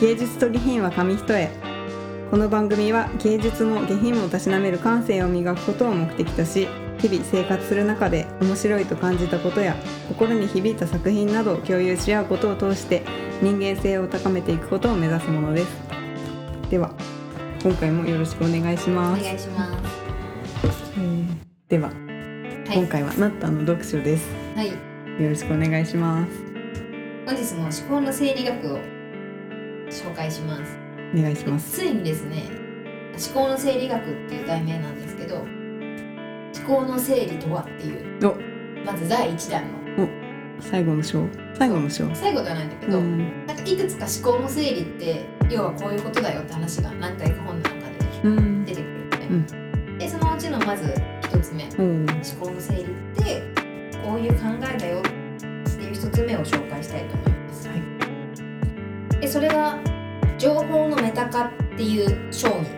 芸術と下品は紙一重。この番組は芸術も下品もたしなめる感性を磨くことを目的とし、日々生活する中で面白いと感じたことや心に響いた作品などを共有し合うことを通して人間性を高めていくことを目指すものです。では今回もよろしくお願いします。 お願いします。 では、今回はナッタの読書です。 はい。 よろしくお願いします。 本日も思考の生理学を紹介します。 お願いします。 ついにですね、思考の生理学っていう題名なんですけど、思考の整理とはっていうまず第1弾の最後の章最後ではないんだけど、なんかいくつか思考の整理って要はこういうことだよって話が何回か本の中で出てくるので、でそのうちのまず1つ目、思考の整理ってこういう考えだよっていう1つ目を紹介したいと思います。でそれが情報のメタ化っていう章に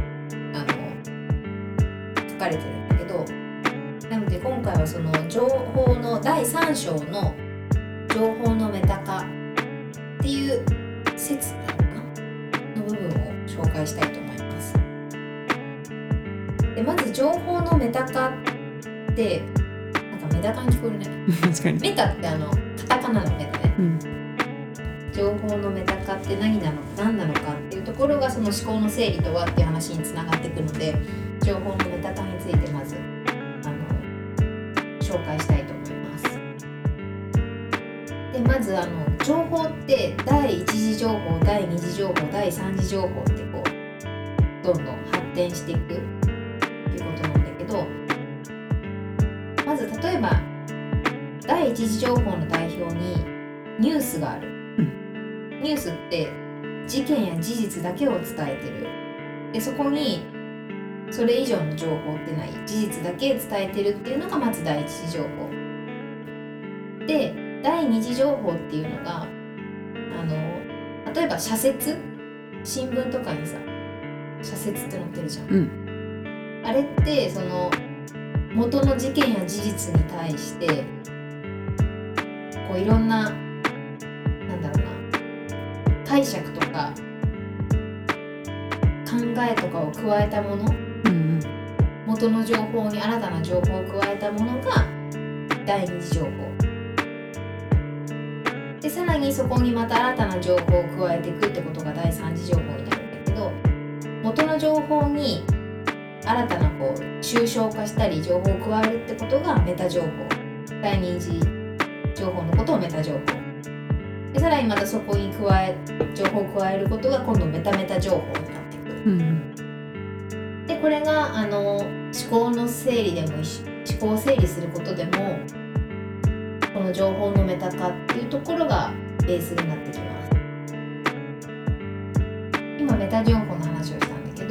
書かれてるんだけど、なので今回はその情報の第3章の情報のメタ化っていう説なのかなの部分を紹介したいと思います。でまず情報のメタ化ってなんかメタ化に聞こえるね。 確かに。 メタってカタカナのメタね、情報のメタ化って何なのかっていうところがその思考の整理とはっていう話につながってくるので、情報のメタ化についてまず紹介したいと思います。でまず情報って第一次情報、第二次情報、第三次情報ってこうどんどん発展していくっていうことなんだけど、まず例えば第一次情報の代表にニュースがある。ニュースって事件や事実だけを伝えてる。でそこにそれ以上の情報ってない、事実だけ伝えてるっていうのがまず第一次情報で、第二次情報っていうのが例えば社説、新聞とかにさ社説って載ってるじゃん、あれってその元の事件や事実に対してこういろんな解釈とか考えとかを加えたもの、元の情報に新たな情報を加えたものが第二次情報で、さらにそこにまた新たな情報を加えていくってことが第三次情報になるんだけど、元の情報に新たなこう抽象化したり情報を加えるってことがメタ情報、第二次情報のことをメタ情報で、さらにまたそこに情報を加えることが今度メタメタ情報になってくる、でこれが思考の整理でも思考を整理することでもこの情報のメタ化っていうところがベースになってきます。今メタ情報の話をしたんだけど、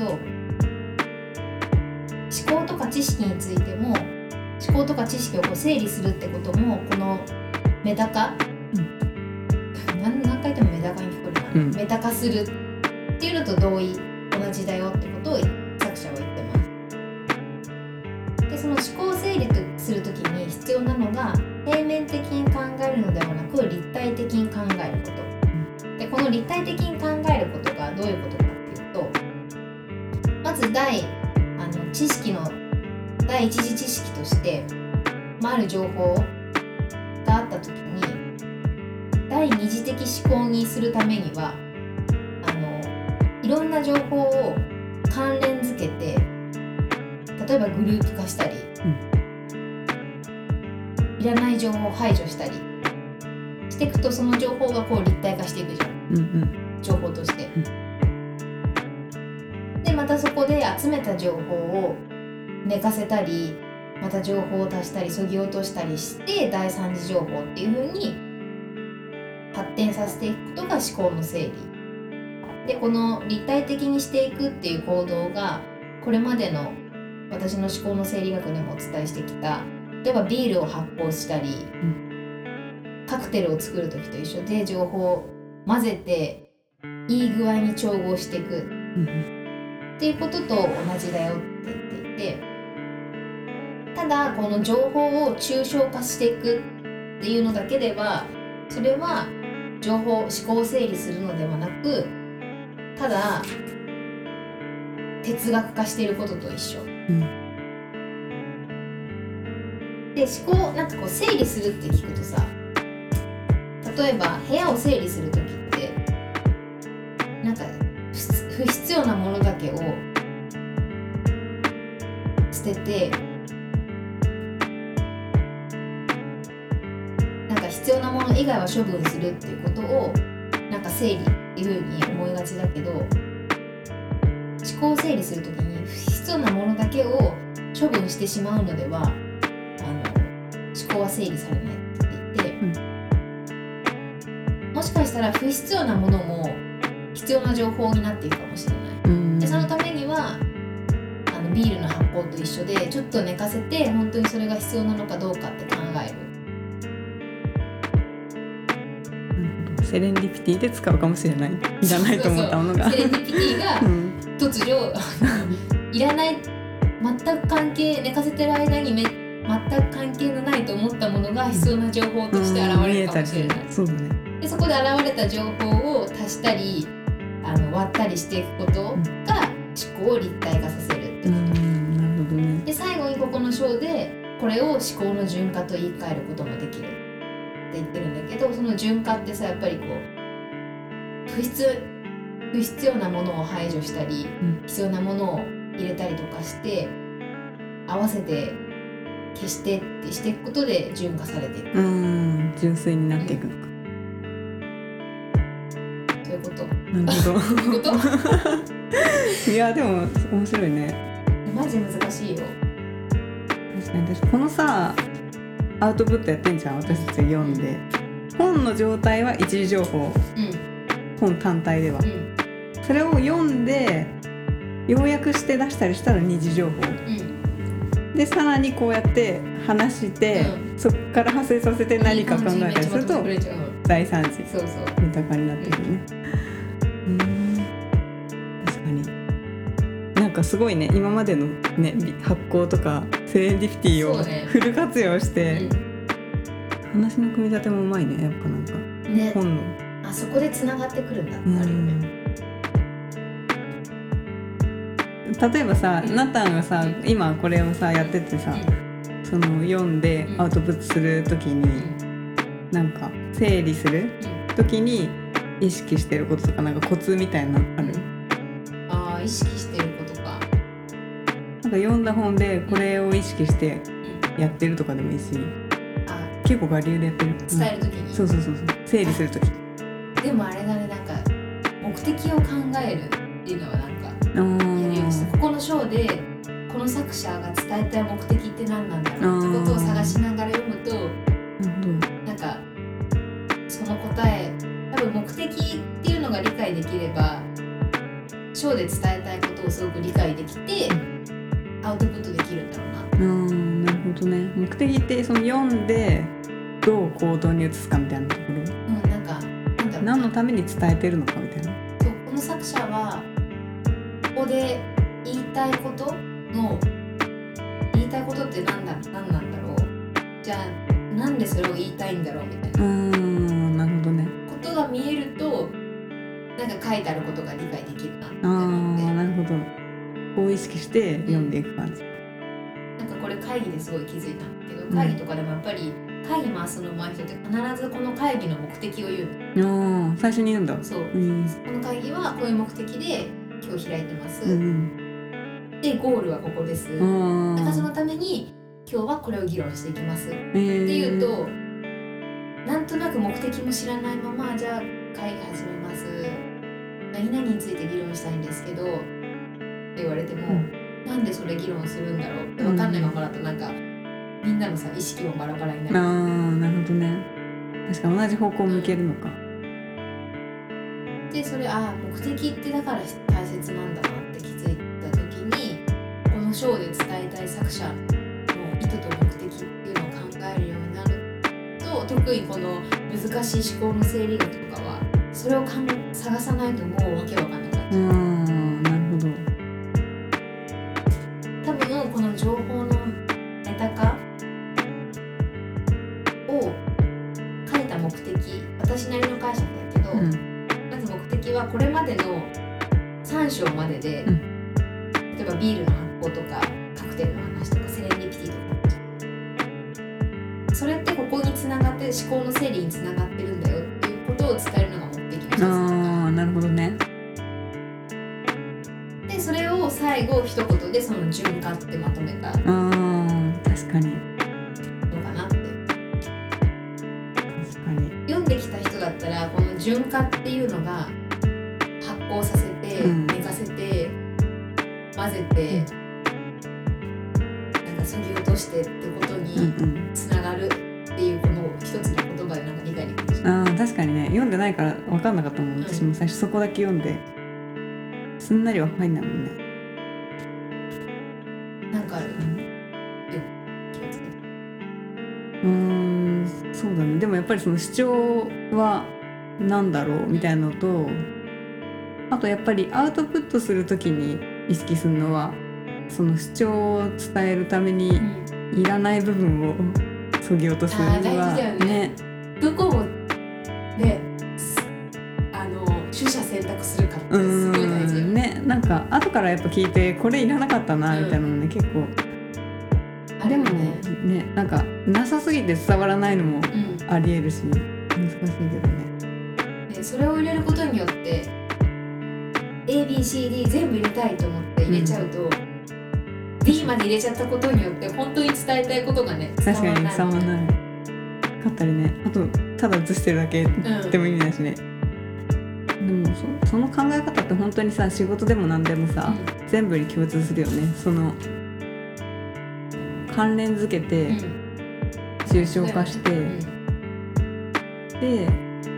思考とか知識についても思考とか知識をこう整理するってこともこのメタ化、何回言ってもメタ化に聞こえるな、メタ化するっていうのと同じだよってことを作者は言ってます。でその思考を整理するときに必要なのが平面的に考えるのではなく立体的に考えること、でこの立体的に考えることがどういうことかっていうと、まず知識の第一次知識として、ある情報があったときに第二次的思考にするためにはいろんな情報を関連づけて、例えばグループ化したり、いらない情報を排除したりしていくと、その情報がこう立体化していくじゃん、情報として、でまたそこで集めた情報を寝かせたり、また情報を足したり削ぎ落としたりして第三次情報っていう風に発展させていくことが思考の整理で、この立体的にしていくっていう行動がこれまでの私の思考の整理学でもお伝えしてきた、例えばビールを発酵したり、カクテルを作る時と一緒で情報を混ぜていい具合に調合していくっていうことと同じだよって言っていて、ただこの情報を抽象化していくっていうのだけではそれは情報思考を整理するのではなく、ただ哲学化していることと一緒、で思考なんかこう整理するって聞くとさ、例えば部屋を整理するときってなんか不必要なものだけを捨てて、なんか必要なもの以外は処分するっていうことをなんか整理っていうふうに思いがちだけど、思考を整理するときに不必要なものだけを処分してしまうのでは思考は整理されないって言って、もしかしたら不必要なものも必要な情報になっていくかもしれない。でそのためにはビールの発酵と一緒でちょっと寝かせて本当にそれが必要なのかどうかって考える。セレンディピティで使うかもしれない。いらないと思ったものが。 セレンディピティが突如いらない、全く関係、寝かせてる間に全く関係のないと思ったものが必要な情報として現れるかもしれない。 そうだね。 でそこで現れた情報を足したり割ったりしていくことが思考を立体化させるってこと。 なるほどね。 で最後にここの章でこれを思考の循環と言い換えることもできるって言ってるんだけど、その循環ってさ、やっぱりこう不必要なものを排除したり、必要なものを入れたりとかして合わせて消してってしていくことで循化されていく。 純粋になっていくのか。 そういうこと。 なるほど。そういうこといやでも面白いね。 マジ難しいよ。 確かに私このさアウトプットやってんじゃん、私たち読んで。本の状態は一時情報、本単体では、それを読んで要約して出したりしたら二次情報、でさらにこうやって話して、そっから派生させて何か考えたりすると第三次豊かになってくるね。確かになんかすごいね、今までの、ね、発酵とかセレンディピティをフル活用して、話の組み立てもうまいね、やっぱなんか、ね、本のあそこでつながってくるんだってあるよね。 例えばさ、ナタンがさ今これをさやっててさ、その読んでアウトプットするときに、なんか整理するときに意識してることとか、なんかコツみたいなのある？ 意識してることか。 なんか読んだ本でこれを意識してやってるとかでもいいし、結構我流でやってる。 伝えるときに、 そう整理するとき。 でもあれだね、なんか目的を考えるっていうのはなんかやるようにして、ここの章でこの作者が伝えたい目的って何なんだろうってことを探しながら読むと、なんかその答え、多分目的っていうのが理解できれば章で伝えたいことをすごく理解できて、アウトプットできるんだろうな。 なるほどね。目的ってその読んでどう行動に移すかみたいなところ、 なんかなんだろう、 何のために伝えてるのかみたいな。 そう、この作者はここで言いたいことって何なんだろう、じゃあなんでそれを言いたいんだろうみたいな。 なるほどね。 ことが見えるとなんか書いてあることが理解できるなって思って。 なるほど。こう意識して読んでいく感じ。 なんかこれ会議ですごい気づいたんだけど、会議とかでもやっぱり会議回すの上手い人って必ずこの会議の目的を言う。 最初に言うんだ。 そう、この会議はこういう目的で今日開いてます、でゴールはここです、だからそのために今日はこれを議論していきます、っていうと、なんとなく目的も知らないまま、じゃあ会議始めます、何々について議論したいんですけどって言われても、なんでそれ議論するんだろうって分かんないままだと、なんかみんなのさ意識もバラバラになる。 なるほどね。確か同じ方向を向けるのか。 でそれ目的ってだから大切なんだなって気づいた時に、この章で伝えたい作者の意図と目的っていうのを考えるようになると、特にこの難しい思考の整理学とかはそれを探さないともうわけわかんなくなっちゃう。 なるほど。 多分この情報のメタ化を書いた目目的、私なりの解釈だけど、まず目的はこれまでの3章までで、例えばビールの発酵とかカクテルの話とかセレンディピティとかそれってここにつながって思考の整理につながってるんだよっていうことを伝えるのが目的の一つだから。 なるほどね。 でそれを最後一言でその順化ってまとめた確かにのかなって。 確かに読んできた人だったらこの順化っていうのが発酵させて、寝かせて混ぜて、なんか削ぎ落としてってことにつながるっていうこの一つの言葉でなんか理解できるし、 確かにね、読んでないから分かんなかったもん、私も最初そこだけ読んですんなりは入んないもんね。 なんかある、 そうだね。でもやっぱりその主張は何だろうみたいなのと、あとやっぱりアウトプットするときに意識するのはその主張を伝えるためにいらない部分を削ぎ落とすのは大事だよね。どこをね取捨選択するかってすごい大事よね。なんか後からやっぱ聞いてこれいらなかったなみたいなのね、結構あるよね。 でもね、なんかなさすぎて伝わらないのもありえるし、難しいけどね。 でそれを入れることによって ABCD 全部入れたいと思って入れちゃうと、D まで入れちゃったことによって本当に伝えたいことがね伝わらない。 確かに伝わらないかったりね。あとただ写してるだけでも意味ないしね、でもその考え方って本当にさ、仕事でも何でもさ、全部に共通するよね。その関連づけて、抽象化して、で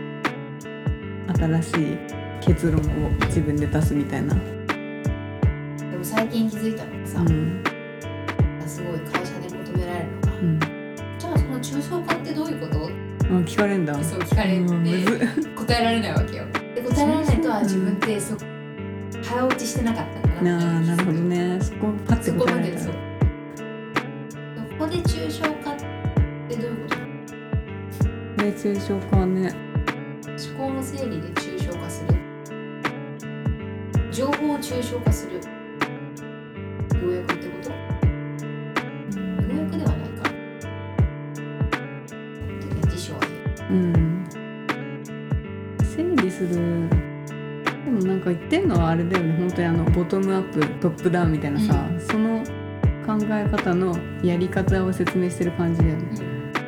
新しい結論を自分で出すみたいな。 でも最近気づいたのがさ、すごい会社で求められるのが、じゃあその抽象化ってどういうこと？ 聞かれるんだ。 そう聞かれて、答えられないわけよ。で答えられないとは自分って早落ちしてなかったんだな。 なるほどね。そこパッて答えられた。 そこで抽象化ってどういうことなの？ 抽象化はね、 思考の整理で抽象化する、情報を抽象化する、要約ってこと？要約ではないか。辞書は整理する。でもなんか言ってるのはあれだよね。本当にボトムアップトップダウンみたいなさ、その考え方のやり方を説明してる感じだよね。 で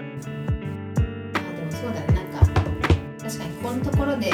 もそうだね。なんか確かにこのところで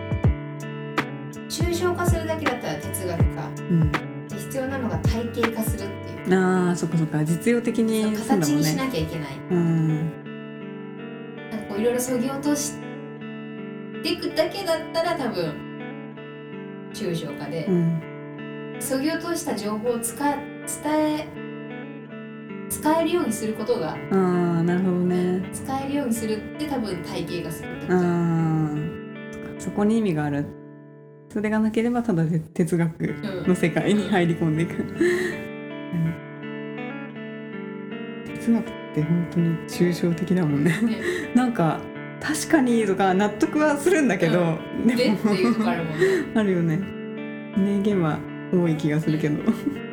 抽象化するだけだったら哲学か、で必要なのが体系化するっていう。 そっかそっか、実用的に形にしなきゃいけない。なんかこういろいろ削ぎ落としていくだけだったら多分抽象化で、削ぎ落とした情報を使えるようにすることが、 なるほどね。 使えるようにするって多分体系化するってこと。 そこに意味がある。それがなければただで哲学の世界に入り込んでいく、哲学って本当に抽象的だもんね。なんか確かにとか納得はするんだけど、 でっていうとこあるもんね。 あるよね。名言は多い気がするけど。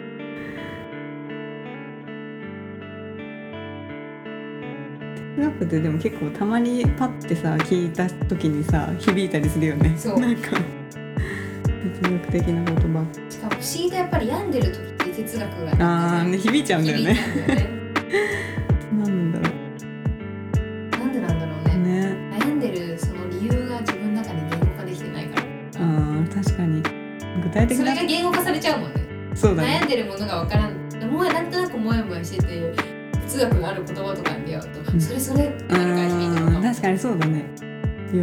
哲学ってでも結構たまにパッてさ聞いた時にさ響いたりするよね。 そうなんか哲学的な言葉。 しかも不思議とやっぱり病んでる時って哲学が響いちゃうんだよね。 なんでなんだろうね。悩んでるその理由が自分の中で言語化できてないから。 確かに具体的な。 それが言語化されちゃうもんね。 そうだね。 悩んでるものが分からん。もうなんとなくモヤモヤしてて哲学のある言葉とかに出会うと、それってなるから響いてるかも。 確かにそうだね。喜び。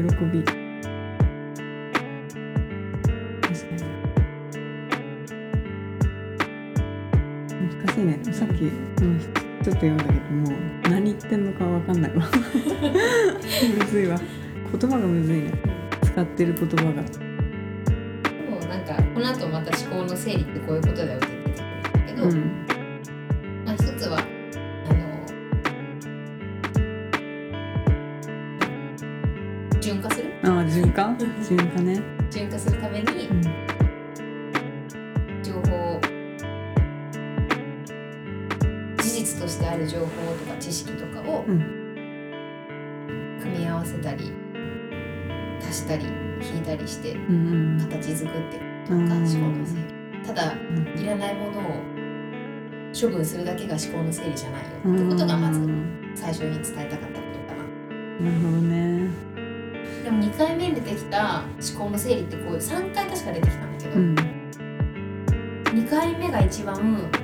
難しいね。さっきちょっと読んだけども何言ってんのか分かんないわ。むずいわ。言葉がむずいね。使ってる言葉が。 でもなんかこの後また思考の整理ってこういうことだよって出てくるんだけど、一つは順化する循環ね。 順化するために、情報事実としてある情報とか知識とかを組み合わせたり足したり引いたりして形作っていくとか、思考の整理。ただ、いらないものを処分するだけが思考の整理じゃないよってことがまず最初に伝えたかったことかな。 なるほどね。 でも2回目に出てきた思考の整理ってこう3回確か出てきたんだけど、2回目が一番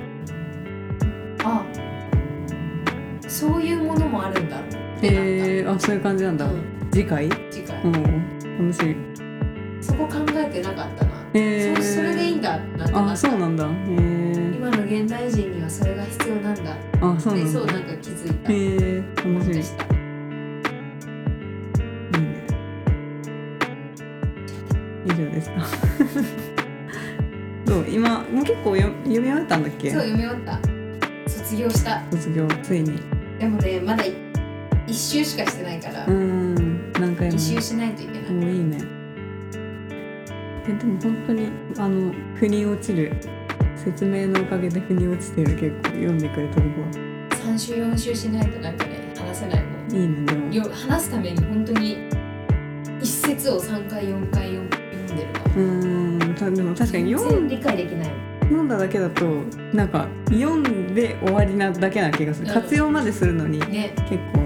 そういうものもあるんだってなった。 そういう感じなんだ。次回楽しい。 そこ考えてなかったな。それでいいんだってなった。 そうなんだ。 今の現代人にはそれが必要なんだ。 そうなんだ。 そうなんか気づいた。 楽しみ。以上ですか。そう、今もう結構読み終わったんだっけ？ そう、読み終わった。卒業した。 卒業ついに。 でもね、まだ1周しかしてないから。 何回も。 2周しないといけない。 もういいね。でも本当に腑に落ちる。説明のおかげで腑に落ちてる。結構読んでくれた僕は。 3周4周しないとなんかね話せないもん。 いいね。でも話すために本当に一節を3回4回読んでるわ。 でも確かに全然理解できない。 読んだだけだとなんか読んで終わりなだけな気がする。活用までするのに、ね、結構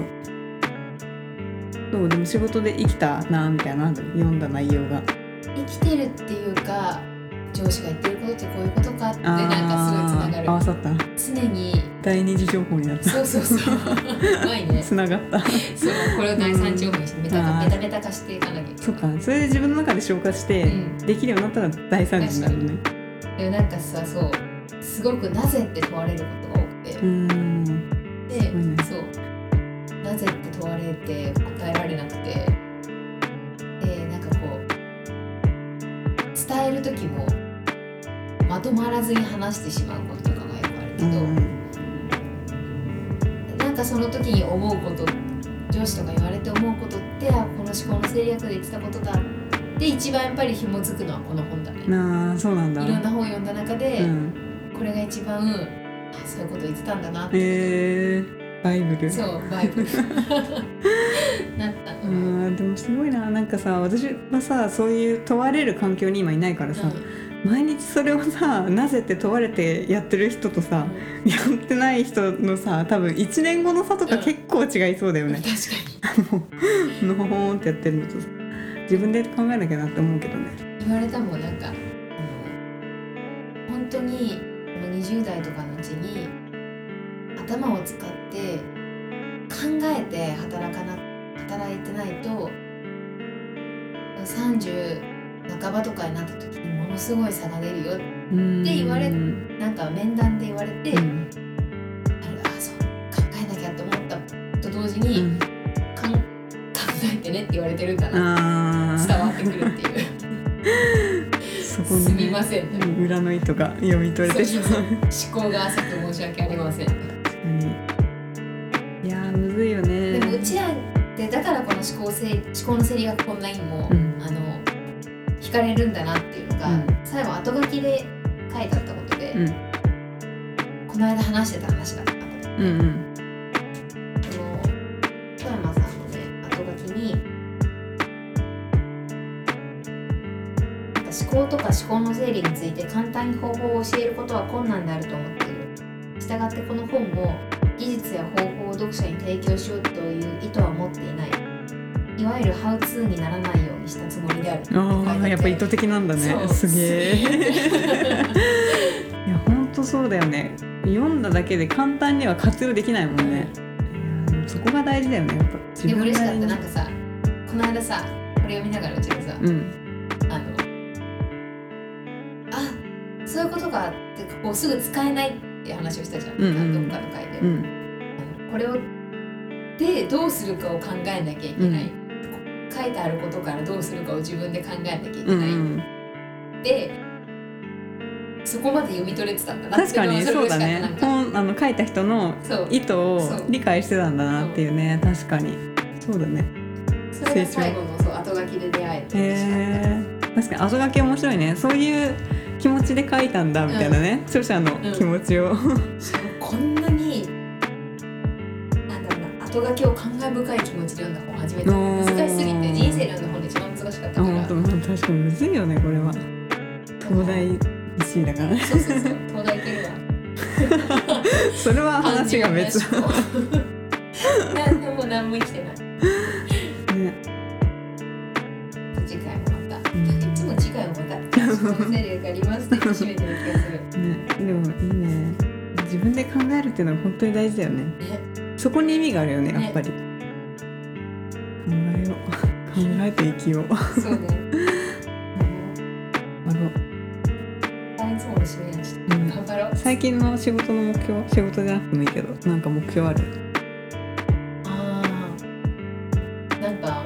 そうでも仕事で生きたなみたいな読んだ内容が生きてるっていうか上司が言ってることってこういうことかってなんかすごいつながる。 合わさった。 常に第二次情報になった。 そううまいね。 つながった。 そうこれを第三情報にしてメタ化していかなきゃいけない。 そうか、それで自分の中で消化して、できるようになったら第三次になるね。 でもなんかさ、そうすごくなぜって問われることが多くて、で、そうなぜって問われて答えられなくて、なんかこう伝える時もまとまらずに話してしまうこととかがよくあるけど、なんかその時に思うこと、上司とか言われて思うことってこの思考の整理学で言ってたことだって一番やっぱり紐づくのはこの本だね。 そうなんだ。いろんな本を読んだ中で、これが一番そういうこと言ってたんだなって。 バイブル。 そうバイブルなったでもすごいな。なんかさ、私はさそういう問われる環境に今いないからさ、毎日それをさなぜって問われてやってる人とさ、やってない人のさ多分1年後の差とか結構違いそうだよね。 確かにのほほんってやってるのとさ自分で考えなきゃなって思うけどね。 言われたもん。なんか本当に20代とかのうちに頭を使って考えて働いてないと30半ばとかになった時にものすごい差が出るよって言われ、なんか面談で言われて、そう考えなきゃと思ったと同時に、考えてねって言われてるんだなって伝わってくるっていうそこに、 すみません、 裏の意図が読み取れてしまう。 思考が浅く申し訳ありません。 確かに。いやむずいよね。 でもうちらでだからこの思考の整理学オンラインも、惹かれるんだなっていうのが、最後後書きで書いてあったことで、この間話してた話だったので、富山さんのね後書きに思考とか思考の整理について簡単に方法を教えることは困難であると思っている。したがってこの本も技術や方法を読者に提供しようという意図は持っていない。いわゆるハウツーにならないようにしたつもりである。 やっぱ意図的なんだね。すげえ。いや本当そうだよね。読んだだけで簡単には活用できないもんね。そこが大事だよね。やっぱでも嬉しかった。なんかさ、この間さ、これ読みながらうちがさ、そういうことかってこうすぐ使えないって話をしたじゃん。どっかの回で、これをでどうするかを考えなきゃいけない。書いてあることからどうするかを自分で考えなきゃいけない、でそこまで読み取れてたんだなって。確かにそうだね。書いた人の意図を理解してたんだなっていうね。確かにそうだね。それが最後の後書きで出会えて確かに後書き面白いね。そういう気持ちで書いたんだみたいなね、著者の気持ちを、 そうこんなになんだろうな、後書きを感慨深い気持ちで読んだ本初めて。難しすぎて、人生で読んだ本で一番難しかったから。 確かにむずいよねこれは。東大1位だからね。 そう東大行けるわ。 それは話が別。 何でも何も生きてない、ね、次回もまた、いつも次回もまたこのセリフがありますって締めてる気がする、 ね、でもいいね。自分で考えるっていうのは本当に大事だよね。そこに意味があるよねやっぱり、考えて生きよう。 そうね。いつもの締めやし、頑張ろう。 最近の仕事の目標、仕事じゃなくてもいいけど、なんか目標ある？ なんか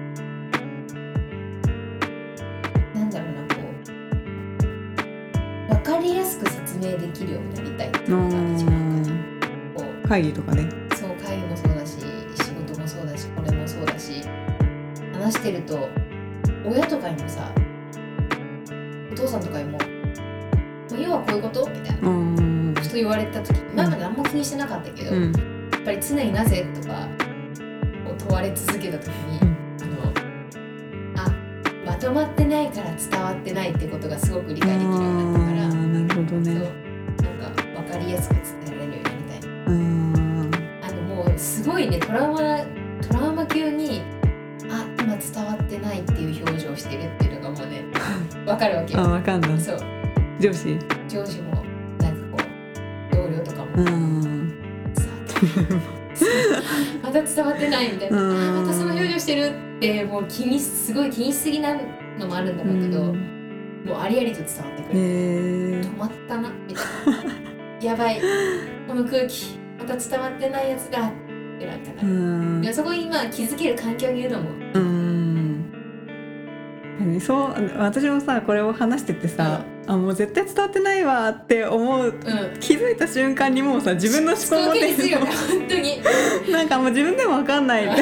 なんだろうな、こう分かりやすく説明できるようになりたいっていうのが一番こう会議とかね。 そう会議もそうだし、仕事もそうだし、これもそうだし、話してると親とかにもさ、お父さんとかにも要はこういうことみたいなふと言われた時、今まで何も気にしてなかったけど、やっぱり常になぜとかを問われ続けた時に、まとまってないから伝わってないってことがすごく理解できるようになったから、 なるほどね。 なんか分かりやすく伝えられるようになりたい。もうすごいね、トラウマ級に今伝わってないっていう表情をしてるっていうのがもうね分かるわけよ。 分かんない。 そう上司もなんかこう同僚とかもまた伝わってないみたいな、またその表情してるってもうすごい気にしすぎなのもあるんだろうけど、もうありありと伝わってくる、止まったなみたいなやばいこの空気また伝わってないやつだってなんかな、そこに今気づける環境にいるのもそう。私もさこれを話しててさ、もう絶対伝わってないわって思う、気づいた瞬間にもうさ自分の思考もね、 本当になんかもう自分でも分かんないって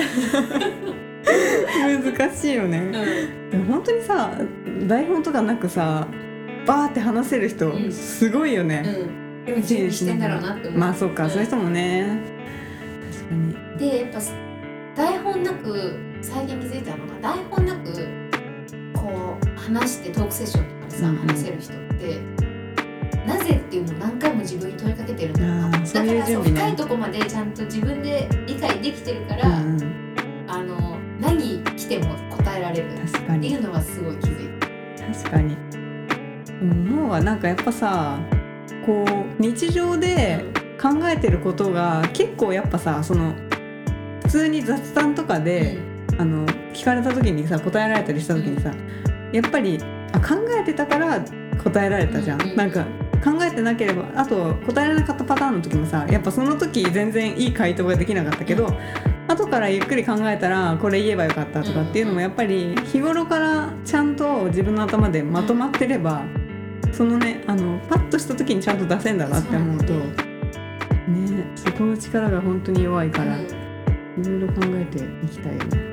難しいよね、でも本当にさ台本とかなくさバーって話せる人、すごいよね、 でも準備してんだろうなって思う。 まあそうか、そういう人もね、確かに。でやっぱ台本なく、最近気づいたのが台本なくこう話してトークセッションとかでさ、話せる人ってなぜっていうのを何回も自分に問いかけてるんだろうな。だから深いとこまでちゃんと自分で理解できてるから、何来ても答えられるっていうのはすごい気づいた。 確かに思うわ。なんかやっぱさこう日常で考えてることが結構やっぱさ、その普通に雑談とかで、聞かれた時にさ答えられたりした時にさ、やっぱり考えてたから答えられたじゃん、なんか考えてなければ、あと答えられなかったパターンの時もさ、やっぱその時全然いい回答ができなかったけど、後からゆっくり考えたらこれ言えばよかったとかっていうのもやっぱり日頃からちゃんと自分の頭でまとまってれば、そのねパッとした時にちゃんと出せんだなって思うとね、そこの力が本当に弱いから、いろいろ考えていきたいよね。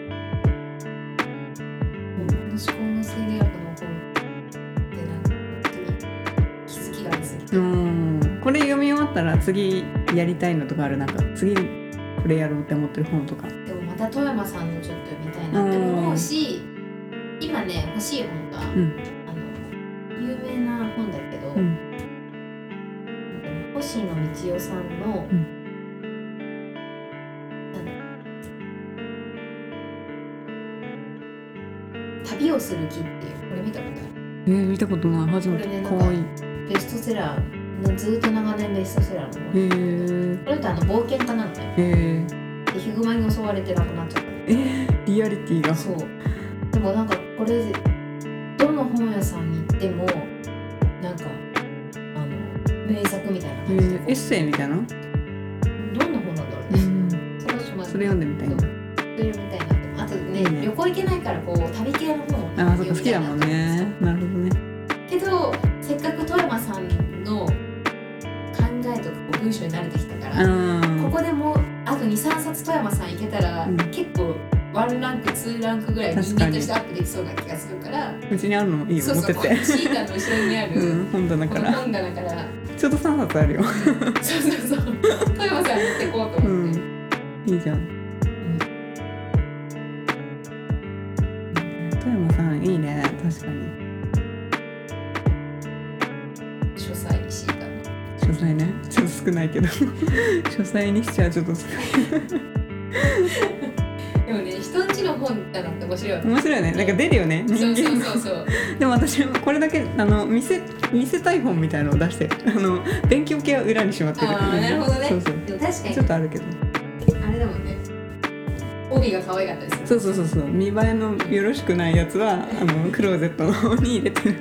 思考の整理学の本ってなんか本当に気づきがありすぎて、 これ読み終わったら次やりたいのとかある？なんか次これやろうって思ってる本とか。 でもまた富山さんのちょっと読みたいなって思うし、今ね欲しい本が、有名な本だけど、星野道夫さんの、旅をする木っていう、これ見たことある？ 見たことない。初めて。かわいい。 ベストセラー、ずっと長年ベストセラーの本。これって冒険家なのね。でヒグマに襲われて亡くなっちゃった。 リアリティが。 そう。でもなんかこれどの本屋さんに行ってもなんか名作みたいな感じで、 エッセイみたいな。どんな本なんだろうね。 それ読んでみたいな。 それ読みたいなって。あとね、旅行行けないからこう旅系の本をそっか好きだもんね。なるほどね。 けどせっかく富山さんの考えとかこう文章に慣れてきたから、ここでもあと 2,3 冊富山さん行けたら、結構 1ランク2ランクぐらい人間としてアップできそうな気がするから、 うちにあるのいいよ、 そうそう、 持ってって。 シータの後ろにある、 本棚から。 本棚からちょうど3冊あるよ。 そうそうそう、富山さんに持ってこうと思って、 いいじゃん。富山さんいいね、確かに。 書斎にシータの書斎ね、ちょっと少ないけど書斎にしちゃちょっと少ないでもね、人んちの本棚って面白いよね。 面白いね、なんか出るよね、人間の。 そう。 でも私これだけ見せたい本みたいのを出して勉強系は裏にしまってる。 ああ、なるほどね。 そうそう、 でも確かにちょっとあるけど、 あれだもんね、帯が可愛かったですよ。 そう見栄えのよろしくないやつはクローゼットの方に入れてる。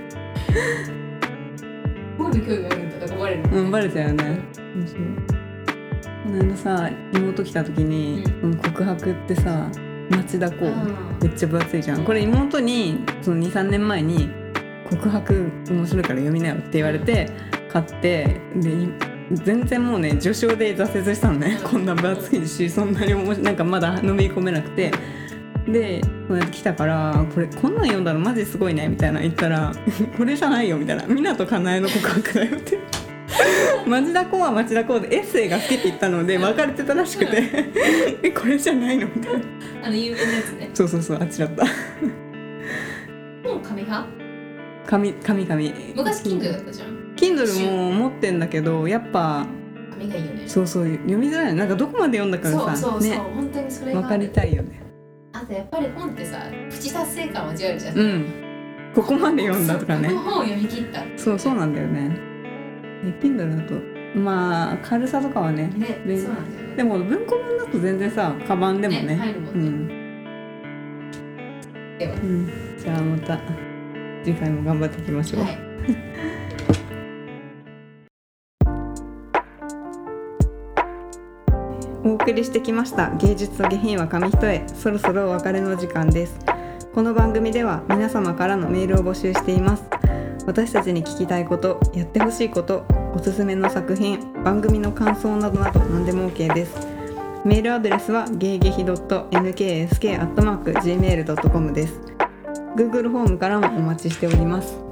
本に興味あるんだとかバレるもんね。 バレちゃうよね。そうこの間さ、妹来た時に、告白ってさ、町田公めっちゃ分厚いじゃん。これ妹にその 2,3 年前に告白面白いから読みなよって言われて買って、で全然もうね序章で挫折したのね。こんな分厚いし、そんなになんかまだのめり込めなくて、でこうやって来たからこんなん読んだのマジすごいねみたいな言ったらこれじゃないよみたいな、湊かなえの告白だよって町田公は町田公でエッセイが好きって言ったので別れてたらしくてこれじゃないのみたいな。 有名なやつね。 そうあっちだった。 本紙派？ 紙昔 Kindle だったじゃん。 Kindle も持ってんだけど、やっぱ紙がいいよね。 そう読みづらい。なんかどこまで読んだからさ、 そう、 ね、 本当にそれが分かりたいよね。 あとやっぱり本ってさ、プチ達成感を味わえるじゃん。 ここまで読んだとかね。 この本を読み切った。 そうなんだよね。Kindle だとまあ軽さとかはね。 そうなんだよね。 でも文庫本だと全然さ、カバンでもね。 入るもんね。では、 じゃあまた次回も頑張っていきましょう。お送りしてきました芸術と下品は紙一重、そろそろお別れの時間です。この番組では皆様からのメールを募集しています。私たちに聞きたいこと、やってほしいこと、おすすめの作品、番組の感想など何でも OK です。メールアドレスはゲイゲヒ.nksk@gmail.com です。Google フォームからもお待ちしております。